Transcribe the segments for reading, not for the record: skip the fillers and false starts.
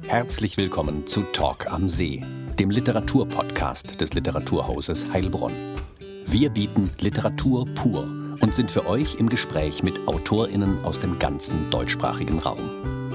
Herzlich willkommen zu Talk am See, dem Literaturpodcast des Literaturhauses Heilbronn. Wir bieten Literatur pur und sind für euch im Gespräch mit AutorInnen aus dem ganzen deutschsprachigen Raum.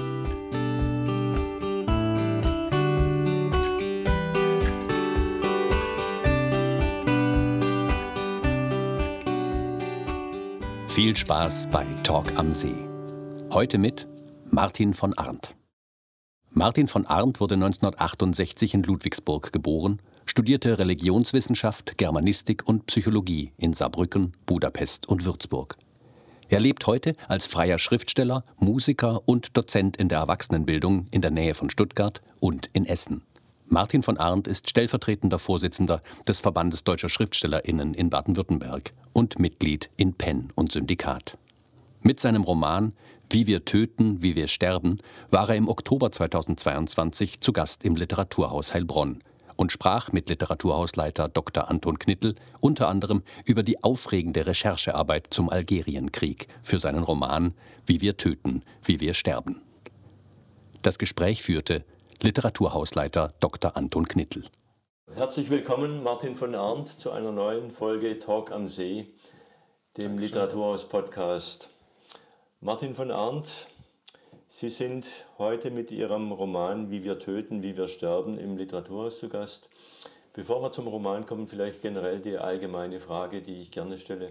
Viel Spaß bei Talk am See. Heute mit Martin von Arndt. Martin von Arndt wurde 1968 in Ludwigsburg geboren, studierte Religionswissenschaft, Germanistik und Psychologie in Saarbrücken, Budapest und Würzburg. Er lebt heute als freier Schriftsteller, Musiker und Dozent in der Erwachsenenbildung in der Nähe von Stuttgart und in Essen. Martin von Arndt ist stellvertretender Vorsitzender des Verbandes Deutscher SchriftstellerInnen in Baden-Württemberg und Mitglied in Penn und Syndikat. Mit seinem Roman »Wie wir töten, wie wir sterben« war er im Oktober 2022 zu Gast im Literaturhaus Heilbronn und sprach mit Literaturhausleiter Dr. Anton Knittel unter anderem über die aufregende Recherchearbeit zum Algerienkrieg für seinen Roman »Wie wir töten, wie wir sterben«. Das Gespräch führte Literaturhausleiter Dr. Anton Knittel. Herzlich willkommen, Martin von Arndt, zu einer neuen Folge Talk am See, dem Literaturhaus-Podcast. Martin von Arndt, Sie sind heute mit Ihrem Roman »Wie wir töten, wie wir sterben« im Literaturhaus zu Gast. Bevor wir zum Roman kommen, vielleicht generell die allgemeine Frage, die ich gerne stelle.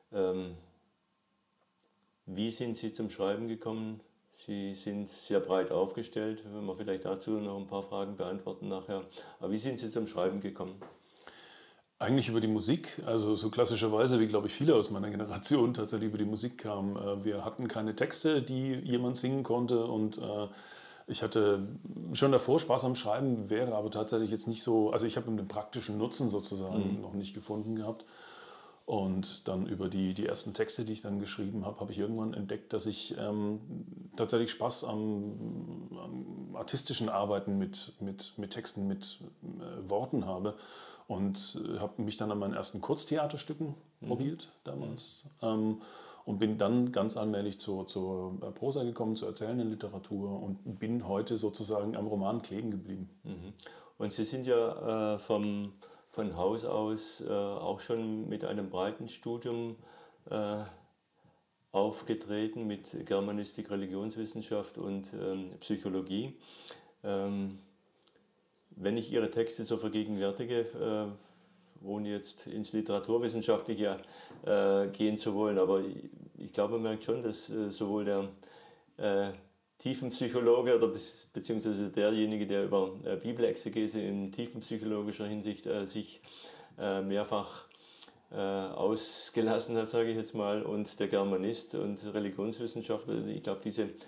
Wie sind Sie zum Schreiben gekommen? Sie sind sehr breit aufgestellt, wenn wir vielleicht dazu noch ein paar Fragen beantworten nachher. Aber wie sind Sie zum Schreiben gekommen? Eigentlich über die Musik, also so klassischerweise, wie glaube ich viele aus meiner Generation tatsächlich über die Musik kamen. Wir hatten keine Texte, die jemand singen konnte und ich hatte schon davor Spaß am Schreiben, wäre aber tatsächlich jetzt nicht so, also ich habe den praktischen Nutzen sozusagen noch nicht gefunden gehabt. Und dann über die ersten Texte, die ich dann geschrieben habe, habe ich irgendwann entdeckt, dass ich tatsächlich Spaß am artistischen Arbeiten mit Texten, mit Worten habe. Und habe mich dann an meinen ersten Kurztheaterstücken probiert damals. Und bin dann ganz allmählich zur Prosa gekommen, zur erzählenden Literatur und bin heute sozusagen am Roman kleben geblieben. Und Sie sind ja von Haus aus auch schon mit einem breiten Studium aufgetreten, mit Germanistik, Religionswissenschaft und Psychologie. Wenn ich Ihre Texte so vergegenwärtige, ohne jetzt ins Literaturwissenschaftliche gehen zu wollen, aber ich glaube, man merkt schon, dass sowohl der Tiefenpsychologe oder beziehungsweise derjenige, der über Bibelexegese in tiefenpsychologischer Hinsicht sich mehrfach ausgelassen hat, sage ich jetzt mal, und der Germanist und Religionswissenschaftler, ich glaube,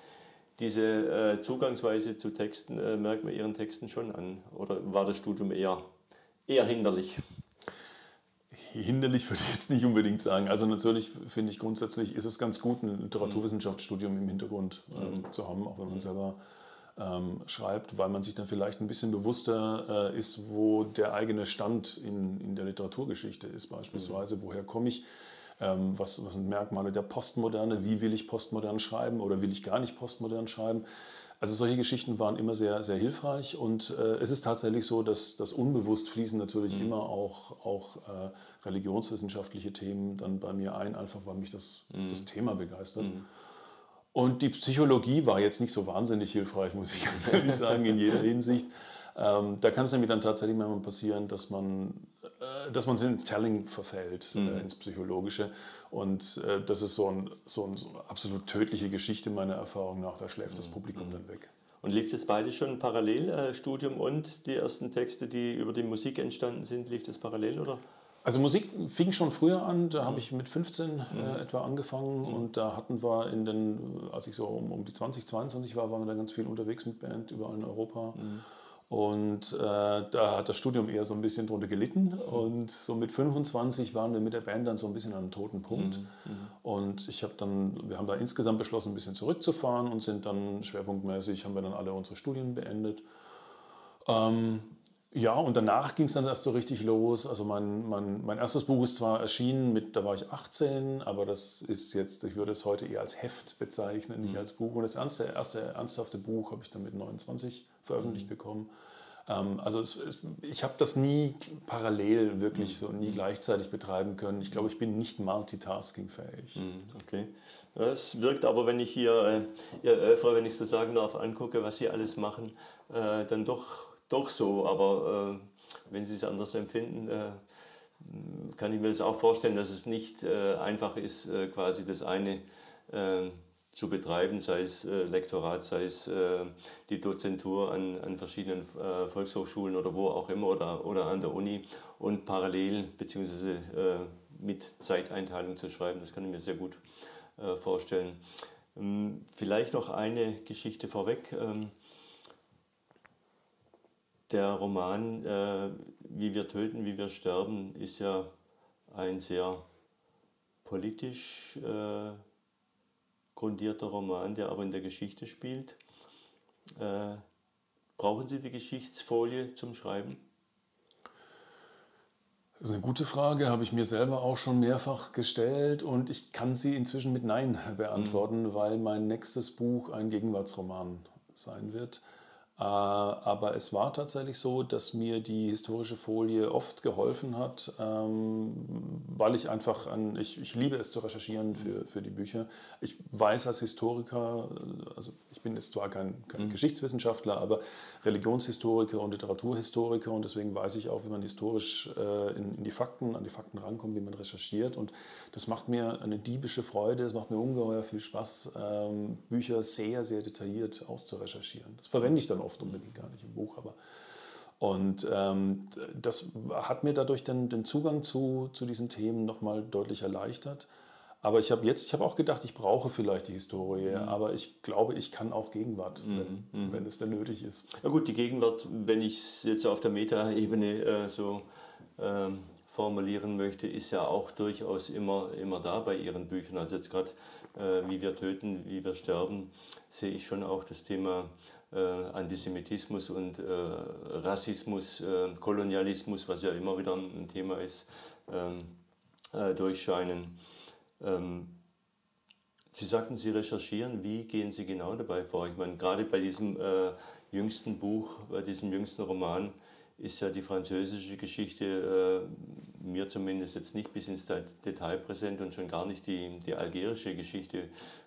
diese Zugangsweise zu Texten merkt man Ihren Texten schon an. Oder war das Studium eher hinderlich? Hinderlich würde ich jetzt nicht unbedingt sagen. Also natürlich finde ich grundsätzlich ist es ganz gut, ein Literaturwissenschaftsstudium im Hintergrund zu haben, auch wenn man selber schreibt, weil man sich dann vielleicht ein bisschen bewusster ist, wo der eigene Stand in der Literaturgeschichte ist beispielsweise. Woher komme ich? Was sind Merkmale der Postmoderne? Wie will ich postmodern schreiben oder will ich gar nicht postmodern schreiben? Also solche Geschichten waren immer sehr, sehr hilfreich und es ist tatsächlich so, dass das unbewusst fließen natürlich immer auch religionswissenschaftliche Themen dann bei mir ein, einfach weil mich das Thema begeistert. Und die Psychologie war jetzt nicht so wahnsinnig hilfreich, muss ich ganz ehrlich sagen, in jeder Hinsicht. Da kann es nämlich dann tatsächlich manchmal passieren, dass man ins Telling verfällt, ins Psychologische. Und das ist so eine absolut tödliche Geschichte meiner Erfahrung nach. Da schläft das Publikum dann weg. Und lief das beides schon parallel, Studium und die ersten Texte, die über die Musik entstanden sind, lief das parallel, oder? Also Musik fing schon früher an, da habe ich mit 15 etwa angefangen und da hatten wir als ich so um die 20, 22 waren wir dann ganz viel unterwegs mit Band überall in Europa. Und da hat das Studium eher so ein bisschen drunter gelitten und so mit 25 waren wir mit der Band dann so ein bisschen an einem toten Punkt. Und wir haben da insgesamt beschlossen, ein bisschen zurückzufahren und sind dann schwerpunktmäßig, haben wir dann alle unsere Studien beendet. Ja, und danach ging es dann erst so richtig los. Also mein erstes Buch ist zwar erschienen, da war ich 18, aber das ist jetzt, ich würde es heute eher als Heft bezeichnen, nicht als Buch. Und das erste ernsthafte Buch habe ich dann mit 29 veröffentlicht bekommen. Also ich habe das nie parallel wirklich so, nie gleichzeitig betreiben können. Ich glaube, ich bin nicht multitaskingfähig. Okay. Es wirkt aber, wenn ich hier Ihr Oeuvre, wenn ich so sagen darf, angucke, was Sie alles machen, dann doch so. Aber wenn Sie es anders empfinden, kann ich mir das auch vorstellen, dass es nicht einfach ist, quasi das eine zu betreiben, sei es Lektorat, sei es die Dozentur an verschiedenen Volkshochschulen oder wo auch immer oder an der Uni und parallel bzw. Mit Zeiteinteilung zu schreiben. Das kann ich mir sehr gut vorstellen. Vielleicht noch eine Geschichte vorweg. Der Roman Wie wir töten, wie wir sterben ist ja ein sehr politisch grundierter Roman, der aber in der Geschichte spielt. Brauchen Sie die Geschichtsfolie zum Schreiben? Das ist eine gute Frage, habe ich mir selber auch schon mehrfach gestellt und ich kann sie inzwischen mit Nein beantworten, weil mein nächstes Buch ein Gegenwartsroman sein wird. Aber es war tatsächlich so, dass mir die historische Folie oft geholfen hat, weil ich einfach, ich liebe es zu recherchieren für die Bücher. Ich weiß als Historiker, also ich bin jetzt zwar kein Geschichtswissenschaftler, aber Religionshistoriker und Literaturhistoriker und deswegen weiß ich auch, wie man historisch an die Fakten rankommt, wie man recherchiert und das macht mir eine diebische Freude, es macht mir ungeheuer viel Spaß, Bücher sehr, sehr detailliert auszurecherchieren. Das verwende ich dann oft unbedingt gar nicht im Buch, aber und das hat mir dadurch den Zugang zu diesen Themen nochmal deutlich erleichtert. Aber ich habe auch gedacht, ich brauche vielleicht die Historie, aber ich glaube, ich kann auch Gegenwart, wenn es denn nötig ist. Na gut, die Gegenwart, wenn ich es jetzt auf der Meta-Ebene formulieren möchte, ist ja auch durchaus immer da bei Ihren Büchern. Also jetzt gerade Wie wir töten, wie wir sterben, sehe ich schon auch das Thema Antisemitismus und Rassismus, Kolonialismus, was ja immer wieder ein Thema ist, durchscheinen. Sie sagten, Sie recherchieren. Wie gehen Sie genau dabei vor? Ich meine, gerade bei diesem jüngsten Buch, bei diesem jüngsten Roman, ist ja die französische Geschichte mir zumindest jetzt nicht bis ins Detail präsent und schon gar nicht die algerische Geschichte.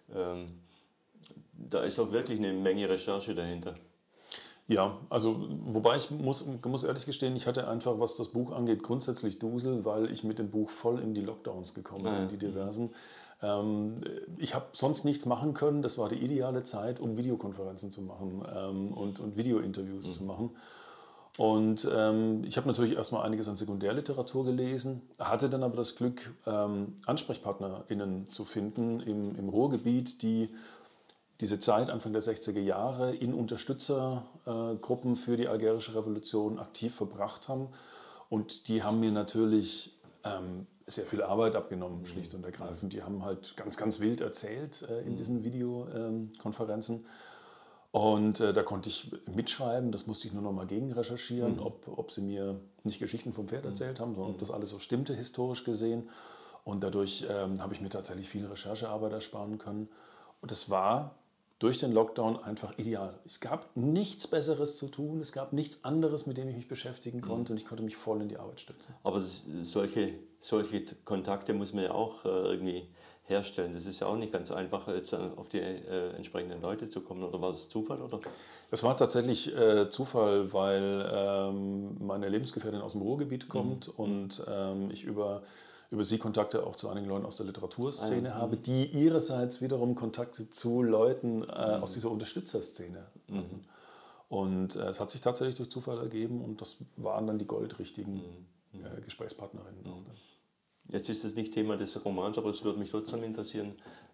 Da ist auch wirklich eine Menge Recherche dahinter. Ja, also wobei ich muss ehrlich gestehen, ich hatte einfach, was das Buch angeht, grundsätzlich Dusel, weil ich mit dem Buch voll in die Lockdowns gekommen bin, in die diversen. Ich habe sonst nichts machen können, das war die ideale Zeit, um Videokonferenzen zu machen und Videointerviews zu machen. Und ich habe natürlich erstmal einiges an Sekundärliteratur gelesen, hatte dann aber das Glück, AnsprechpartnerInnen zu finden im Ruhrgebiet, die diese Zeit Anfang der 60er Jahre in Unterstützergruppen für die algerische Revolution aktiv verbracht haben. Und die haben mir natürlich sehr viel Arbeit abgenommen, schlicht und ergreifend. Die haben halt ganz, ganz wild erzählt in diesen Videokonferenzen. Und da konnte ich mitschreiben, das musste ich nur noch mal gegen recherchieren, ob sie mir nicht Geschichten vom Pferd erzählt haben, sondern ob das alles so stimmte, historisch gesehen. Und dadurch habe ich mir tatsächlich viel Recherchearbeit ersparen können. Und es war durch den Lockdown einfach ideal. Es gab nichts Besseres zu tun, es gab nichts anderes, mit dem ich mich beschäftigen konnte und ich konnte mich voll in die Arbeit stützen. Aber solche Kontakte muss man ja auch irgendwie herstellen. Das ist ja auch nicht ganz einfach, jetzt auf die entsprechenden Leute zu kommen. Oder war es Zufall? Oder? Das war tatsächlich Zufall, weil meine Lebensgefährtin aus dem Ruhrgebiet kommt und ich über sie Kontakte auch zu einigen Leuten aus der Literaturszene habe, die ihrerseits wiederum Kontakte zu Leuten aus dieser Unterstützerszene hatten. Und es hat sich tatsächlich durch Zufall ergeben und das waren dann die goldrichtigen Gesprächspartnerinnen. Auch dann. Jetzt ist das nicht Thema des Romans, aber es würde mich trotzdem interessieren,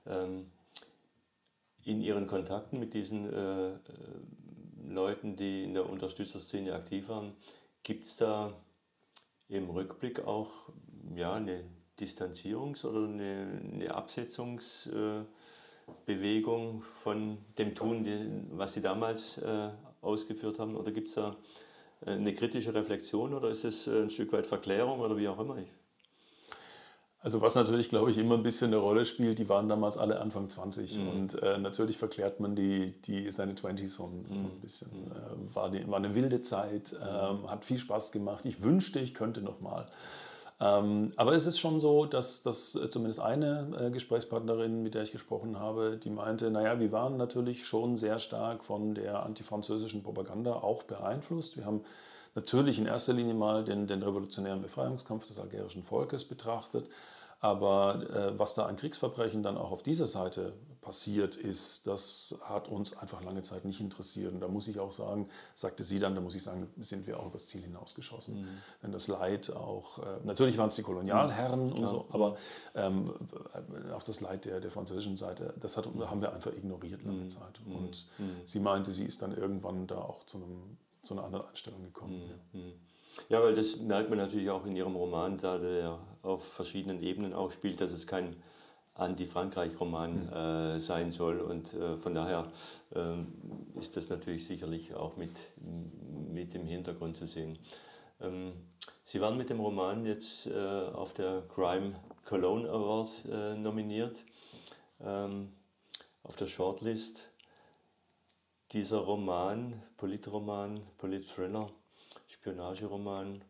in Ihren Kontakten mit diesen Leuten, die in der Unterstützerszene aktiv waren, gibt es da im Rückblick auch eine Distanzierungs- oder eine Absetzungsbewegung von dem Tun, was Sie damals ausgeführt haben? Oder gibt es da eine kritische Reflexion oder ist es ein Stück weit Verklärung oder wie auch immer? Also was natürlich, glaube ich, immer ein bisschen eine Rolle spielt, die waren damals alle Anfang 20 und natürlich verklärt man seine 20s so ein bisschen. War eine wilde Zeit, hat viel Spaß gemacht. Ich wünschte, ich könnte nochmal. Aber es ist schon so, dass zumindest eine Gesprächspartnerin, mit der ich gesprochen habe, die meinte, naja, wir waren natürlich schon sehr stark von der antifranzösischen Propaganda auch beeinflusst. Wir haben natürlich in erster Linie mal den revolutionären Befreiungskampf des algerischen Volkes betrachtet, aber was da an Kriegsverbrechen dann auch auf dieser Seite passiert ist, das hat uns einfach lange Zeit nicht interessiert. Und da muss ich auch sagen, sagte sie dann, da muss ich sagen, sind wir auch übers Ziel hinausgeschossen. Denn das Leid auch, natürlich waren es die Kolonialherren und so, aber auch das Leid der französischen Seite, haben wir einfach ignoriert lange Zeit. Und sie meinte, sie ist dann irgendwann da auch zu einer anderen Einstellung gekommen. Ja, weil das merkt man natürlich auch in Ihrem Roman, da der auf verschiedenen Ebenen auch spielt, dass es kein Anti-Frankreich-Roman sein soll. Und von daher ist das natürlich sicherlich auch mit im Hintergrund zu sehen. Sie waren mit dem Roman jetzt auf der Crime Cologne Award nominiert, auf der Shortlist. Dieser Roman, Politroman, Politthriller, Spionageroman,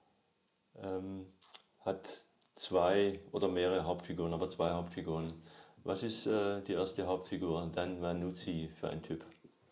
hat zwei oder mehrere Hauptfiguren, aber zwei Hauptfiguren. Was ist die erste Hauptfigur, Dan Vanuzzi, für ein Typ?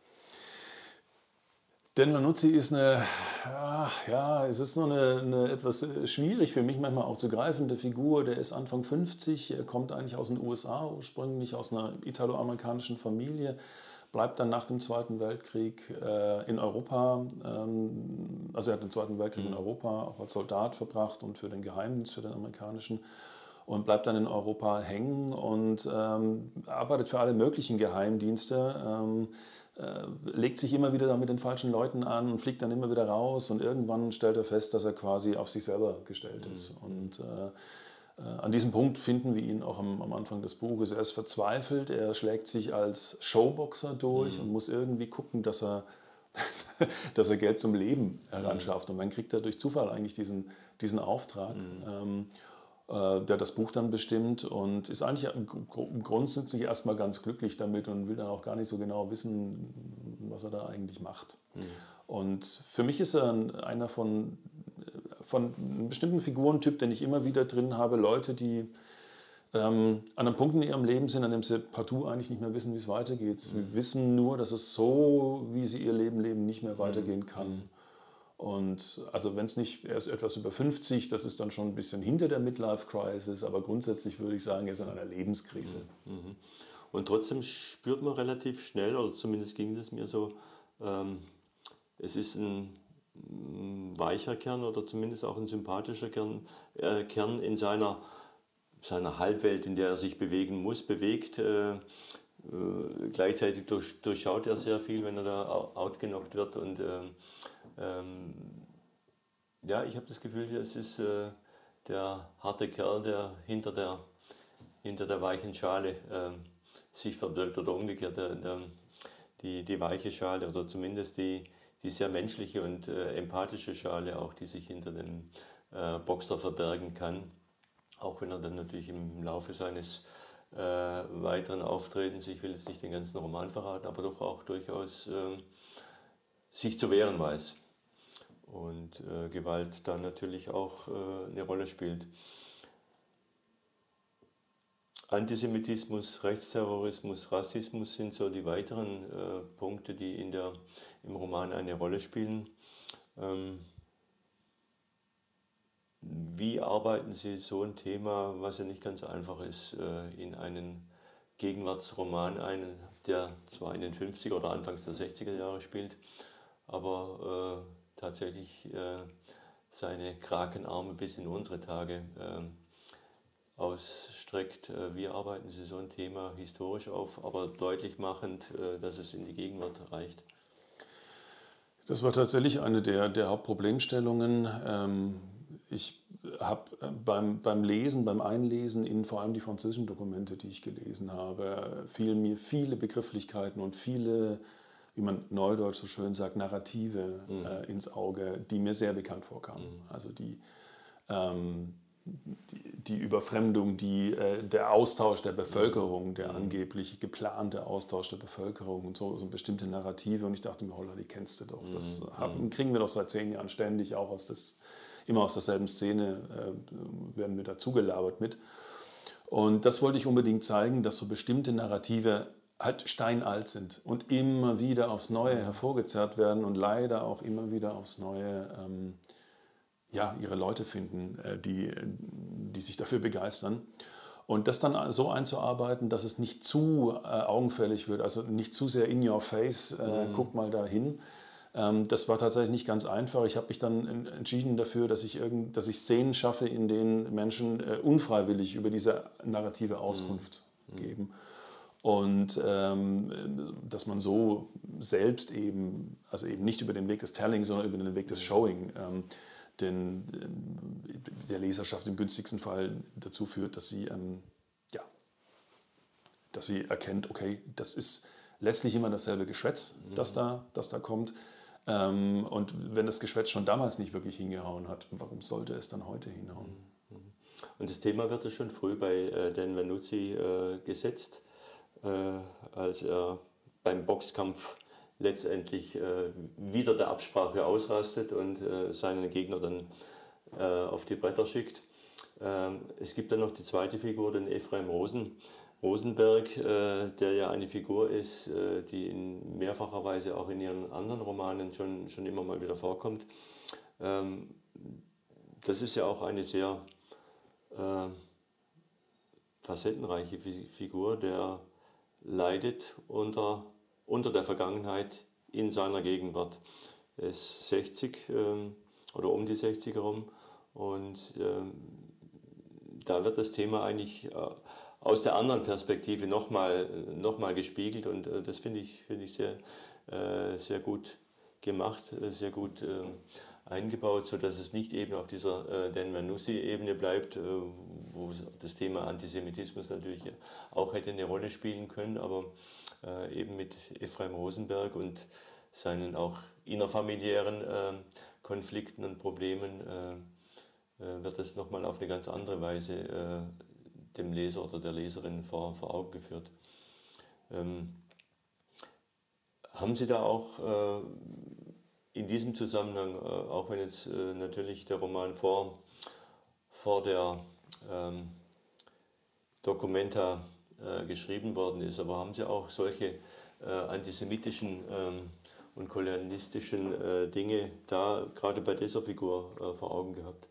Dan Vanuzzi ist es ist noch eine etwas schwierig für mich manchmal auch zu greifende Figur. Der ist Anfang 50, er kommt eigentlich aus den USA, ursprünglich aus einer italo-amerikanischen Familie, bleibt dann nach dem Zweiten Weltkrieg in Europa, also er hat den Zweiten Weltkrieg in Europa auch als Soldat verbracht und für den Geheimdienst, für den amerikanischen, und bleibt dann in Europa hängen und arbeitet für alle möglichen Geheimdienste, legt sich immer wieder da mit den falschen Leuten an und fliegt dann immer wieder raus und irgendwann stellt er fest, dass er quasi auf sich selber gestellt ist. Und an diesem Punkt finden wir ihn auch am Anfang des Buches. Er ist verzweifelt, er schlägt sich als Showboxer durch und muss irgendwie gucken, dass er Geld zum Leben heranschafft. Und dann kriegt er durch Zufall eigentlich diesen Auftrag, der das Buch dann bestimmt und ist eigentlich grundsätzlich erstmal ganz glücklich damit und will dann auch gar nicht so genau wissen, was er da eigentlich macht. Und für mich ist er einer von einem bestimmten Figurentyp, den ich immer wieder drin habe, Leute, die an einem Punkt in ihrem Leben sind, an dem sie partout eigentlich nicht mehr wissen, wie es weitergeht. Sie wissen nur, dass es so, wie sie ihr Leben leben, nicht mehr weitergehen kann. Und also wenn es nicht, er ist etwas über 50, das ist dann schon ein bisschen hinter der Midlife-Crisis, aber grundsätzlich würde ich sagen, er ist in einer Lebenskrise. Und trotzdem spürt man relativ schnell, oder zumindest ging es mir so, es ist ein weicher Kern oder zumindest auch ein sympathischer Kern in seiner Halbwelt, in der er sich bewegen muss, bewegt. Gleichzeitig durchschaut er sehr viel, wenn er da outgenockt wird. Und ich habe das Gefühl, es ist der harte Kerl, der hinter der weichen Schale sich verbirgt oder umgekehrt. Die weiche Schale oder zumindest die sehr menschliche und empathische Schale auch, die sich hinter dem Boxer verbergen kann. Auch wenn er dann natürlich im Laufe seines weiteren Auftretens, ich will jetzt nicht den ganzen Roman verraten, aber doch auch durchaus sich zu wehren weiß. Und Gewalt dann natürlich auch eine Rolle spielt. Antisemitismus, Rechtsterrorismus, Rassismus sind so die weiteren Punkte, die im Roman eine Rolle spielen. Wie arbeiten Sie so ein Thema, was ja nicht ganz einfach ist, in einen Gegenwartsroman ein, der zwar in den 50er oder Anfangs der 60er Jahre spielt, aber tatsächlich seine Krakenarme bis in unsere Tage ausstreckt. Wie arbeiten Sie so ein Thema historisch auf, aber deutlich machend, dass es in die Gegenwart reicht? Das war tatsächlich eine der Hauptproblemstellungen. Ich habe beim Einlesen in vor allem die französischen Dokumente, die ich gelesen habe, fielen mir viele Begrifflichkeiten und viele wie man neudeutsch so schön sagt, Narrative ins Auge, die mir sehr bekannt vorkamen. Also die Überfremdung, der Austausch der Bevölkerung, der angeblich geplante Austausch der Bevölkerung und so bestimmte Narrative. Und ich dachte mir, holla, die kennst du doch. Das kriegen wir doch seit 10 Jahren ständig, auch immer aus derselben Szene werden wir da zugelabert mit. Und das wollte ich unbedingt zeigen, dass so bestimmte Narrative halt steinalt sind und immer wieder aufs Neue hervorgezerrt werden und leider auch immer wieder aufs Neue ihre Leute finden, die sich dafür begeistern. Und das dann so einzuarbeiten, dass es nicht zu augenfällig wird, also nicht zu sehr in your face, guck mal da hin. Das war tatsächlich nicht ganz einfach. Ich habe mich dann entschieden dafür, dass ich Szenen schaffe, in denen Menschen unfreiwillig über diese narrative Auskunft geben. Und dass man so selbst eben, also eben nicht über den Weg des Telling, sondern über den Weg des Showing, der Leserschaft im günstigsten Fall dazu führt, dass sie erkennt, okay, das ist letztlich immer dasselbe Geschwätz, das da kommt. Und wenn das Geschwätz schon damals nicht wirklich hingehauen hat, warum sollte es dann heute hinhauen? Und das Thema wird ja schon früh bei Dan Vanuzzi gesetzt, als er beim Boxkampf letztendlich wieder der Absprache ausrastet und seinen Gegner dann auf die Bretter schickt. Es gibt dann noch die zweite Figur, den Ephraim Rosenberg, der ja eine Figur ist, die in mehrfacher Weise auch in ihren anderen Romanen schon immer mal wieder vorkommt. Das ist ja auch eine sehr facettenreiche Figur, der leidet unter der Vergangenheit in seiner Gegenwart. Er ist 60 oder um die 60 herum und da wird das Thema eigentlich aus der anderen Perspektive nochmal gespiegelt und das finde ich sehr gut gemacht, sehr gut eingebaut, sodass es nicht eben auf dieser Dan Vanuzzi-Ebene bleibt, wo das Thema Antisemitismus natürlich auch hätte eine Rolle spielen können, aber eben mit Ephraim Rosenberg und seinen auch innerfamiliären Konflikten und Problemen wird es nochmal auf eine ganz andere Weise dem Leser oder der Leserin vor Augen geführt. Haben Sie da auch in diesem Zusammenhang, auch wenn jetzt natürlich der Roman vor der Documenta geschrieben worden ist, aber haben Sie auch solche antisemitischen und kolonialistischen Dinge da gerade bei dieser Figur vor Augen gehabt?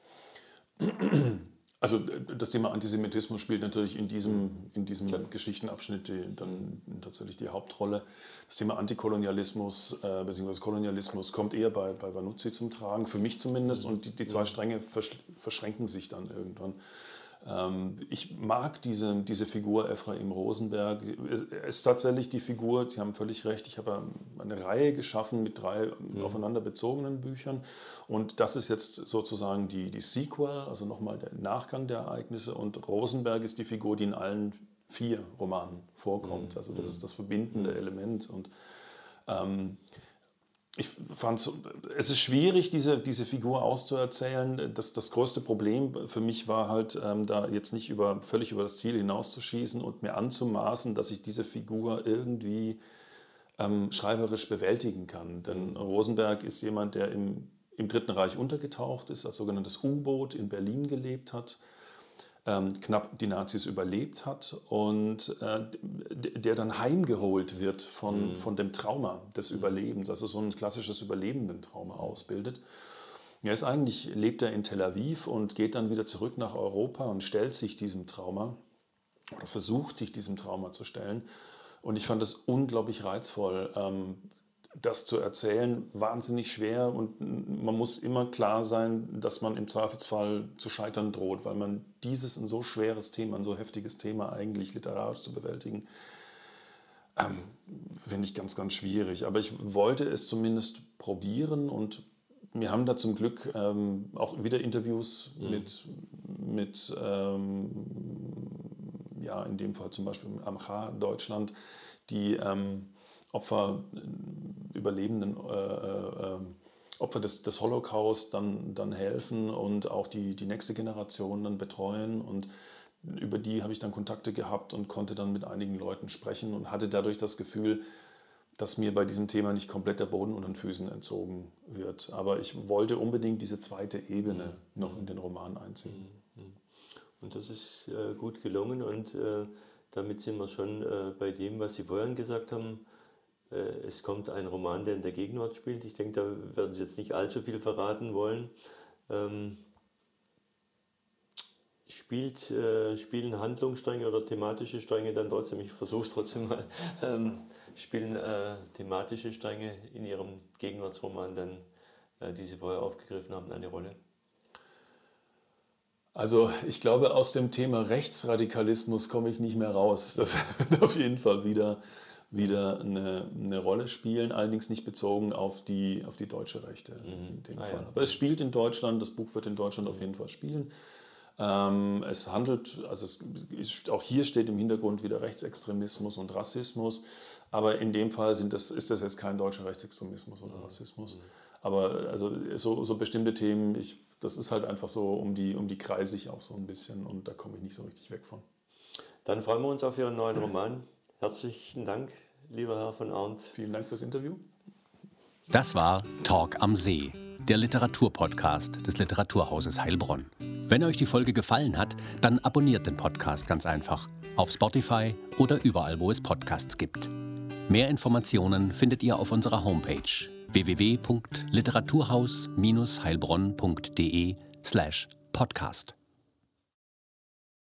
Also das Thema Antisemitismus spielt natürlich in diesem Geschichtenabschnitt dann tatsächlich die Hauptrolle. Das Thema Antikolonialismus bzw. Kolonialismus kommt eher bei Vanuzzi zum Tragen, für mich zumindest, und die zwei Stränge verschränken sich dann irgendwann. Ich mag diese Figur Ephraim Rosenberg. Es ist tatsächlich die Figur, Sie haben völlig recht, ich habe eine Reihe geschaffen mit 3 aufeinander bezogenen Büchern und das ist jetzt sozusagen die Sequel, also nochmal der Nachgang der Ereignisse, und Rosenberg ist die Figur, die in allen 4 Romanen vorkommt. Also das ist das verbindende Element und ich fand es ist schwierig, diese Figur auszuerzählen. Das größte Problem für mich war halt, da jetzt nicht völlig über das Ziel hinauszuschießen und mir anzumaßen, dass ich diese Figur irgendwie schreiberisch bewältigen kann. Denn Rosenberg ist jemand, der im Dritten Reich untergetaucht ist, als sogenanntes U-Boot in Berlin gelebt hat, knapp die Nazis überlebt hat und der dann heimgeholt wird von dem Trauma des Überlebens, also so ein klassisches Überlebendentrauma ausbildet. Lebt er in Tel Aviv und geht dann wieder zurück nach Europa und stellt sich diesem Trauma oder versucht sich diesem Trauma zu stellen. Und ich fand es unglaublich reizvoll, das zu erzählen, wahnsinnig schwer, und man muss immer klar sein, dass man im Zweifelsfall zu scheitern droht, weil man ein so schweres Thema, ein so heftiges Thema eigentlich literarisch zu bewältigen, finde ich ganz, ganz schwierig. Aber ich wollte es zumindest probieren und wir haben da zum Glück auch wieder Interviews mit in dem Fall zum Beispiel Amcha Deutschland, die Überlebenden Opfer des Holocaust dann helfen und auch die nächste Generation dann betreuen. Und über die habe ich dann Kontakte gehabt und konnte dann mit einigen Leuten sprechen und hatte dadurch das Gefühl, dass mir bei diesem Thema nicht komplett der Boden unter den Füßen entzogen wird. Aber ich wollte unbedingt diese zweite Ebene noch in den Roman einziehen. Und das ist gut gelungen und damit sind wir schon bei dem, was Sie vorhin gesagt haben. Es kommt ein Roman, der in der Gegenwart spielt. Ich denke, da werden Sie jetzt nicht allzu viel verraten wollen. Spielen Handlungsstränge oder thematische Stränge dann trotzdem, ich versuche es trotzdem mal, spielen thematische Stränge in Ihrem Gegenwartsroman dann, die Sie vorher aufgegriffen haben, eine Rolle? Also ich glaube, aus dem Thema Rechtsradikalismus komme ich nicht mehr raus. Das wird auf jeden Fall wieder eine Rolle spielen, allerdings nicht bezogen auf die deutsche Rechte in dem Fall. Ja. Aber es spielt in Deutschland, das Buch wird in Deutschland auf jeden Fall spielen. Es handelt, also auch hier steht im Hintergrund wieder Rechtsextremismus und Rassismus, aber in dem Fall ist das jetzt kein deutscher Rechtsextremismus oder Rassismus. Aber also so bestimmte Themen, das ist halt einfach so, um die kreise ich auch so ein bisschen und da komme ich nicht so richtig weg von. Dann freuen wir uns auf Ihren neuen Roman. Herzlichen Dank, lieber Herr von Arndt. Vielen Dank fürs Interview. Das war Talk am See, der Literaturpodcast des Literaturhauses Heilbronn. Wenn euch die Folge gefallen hat, dann abonniert den Podcast ganz einfach auf Spotify oder überall, wo es Podcasts gibt. Mehr Informationen findet ihr auf unserer Homepage www.literaturhaus-heilbronn.de/podcast.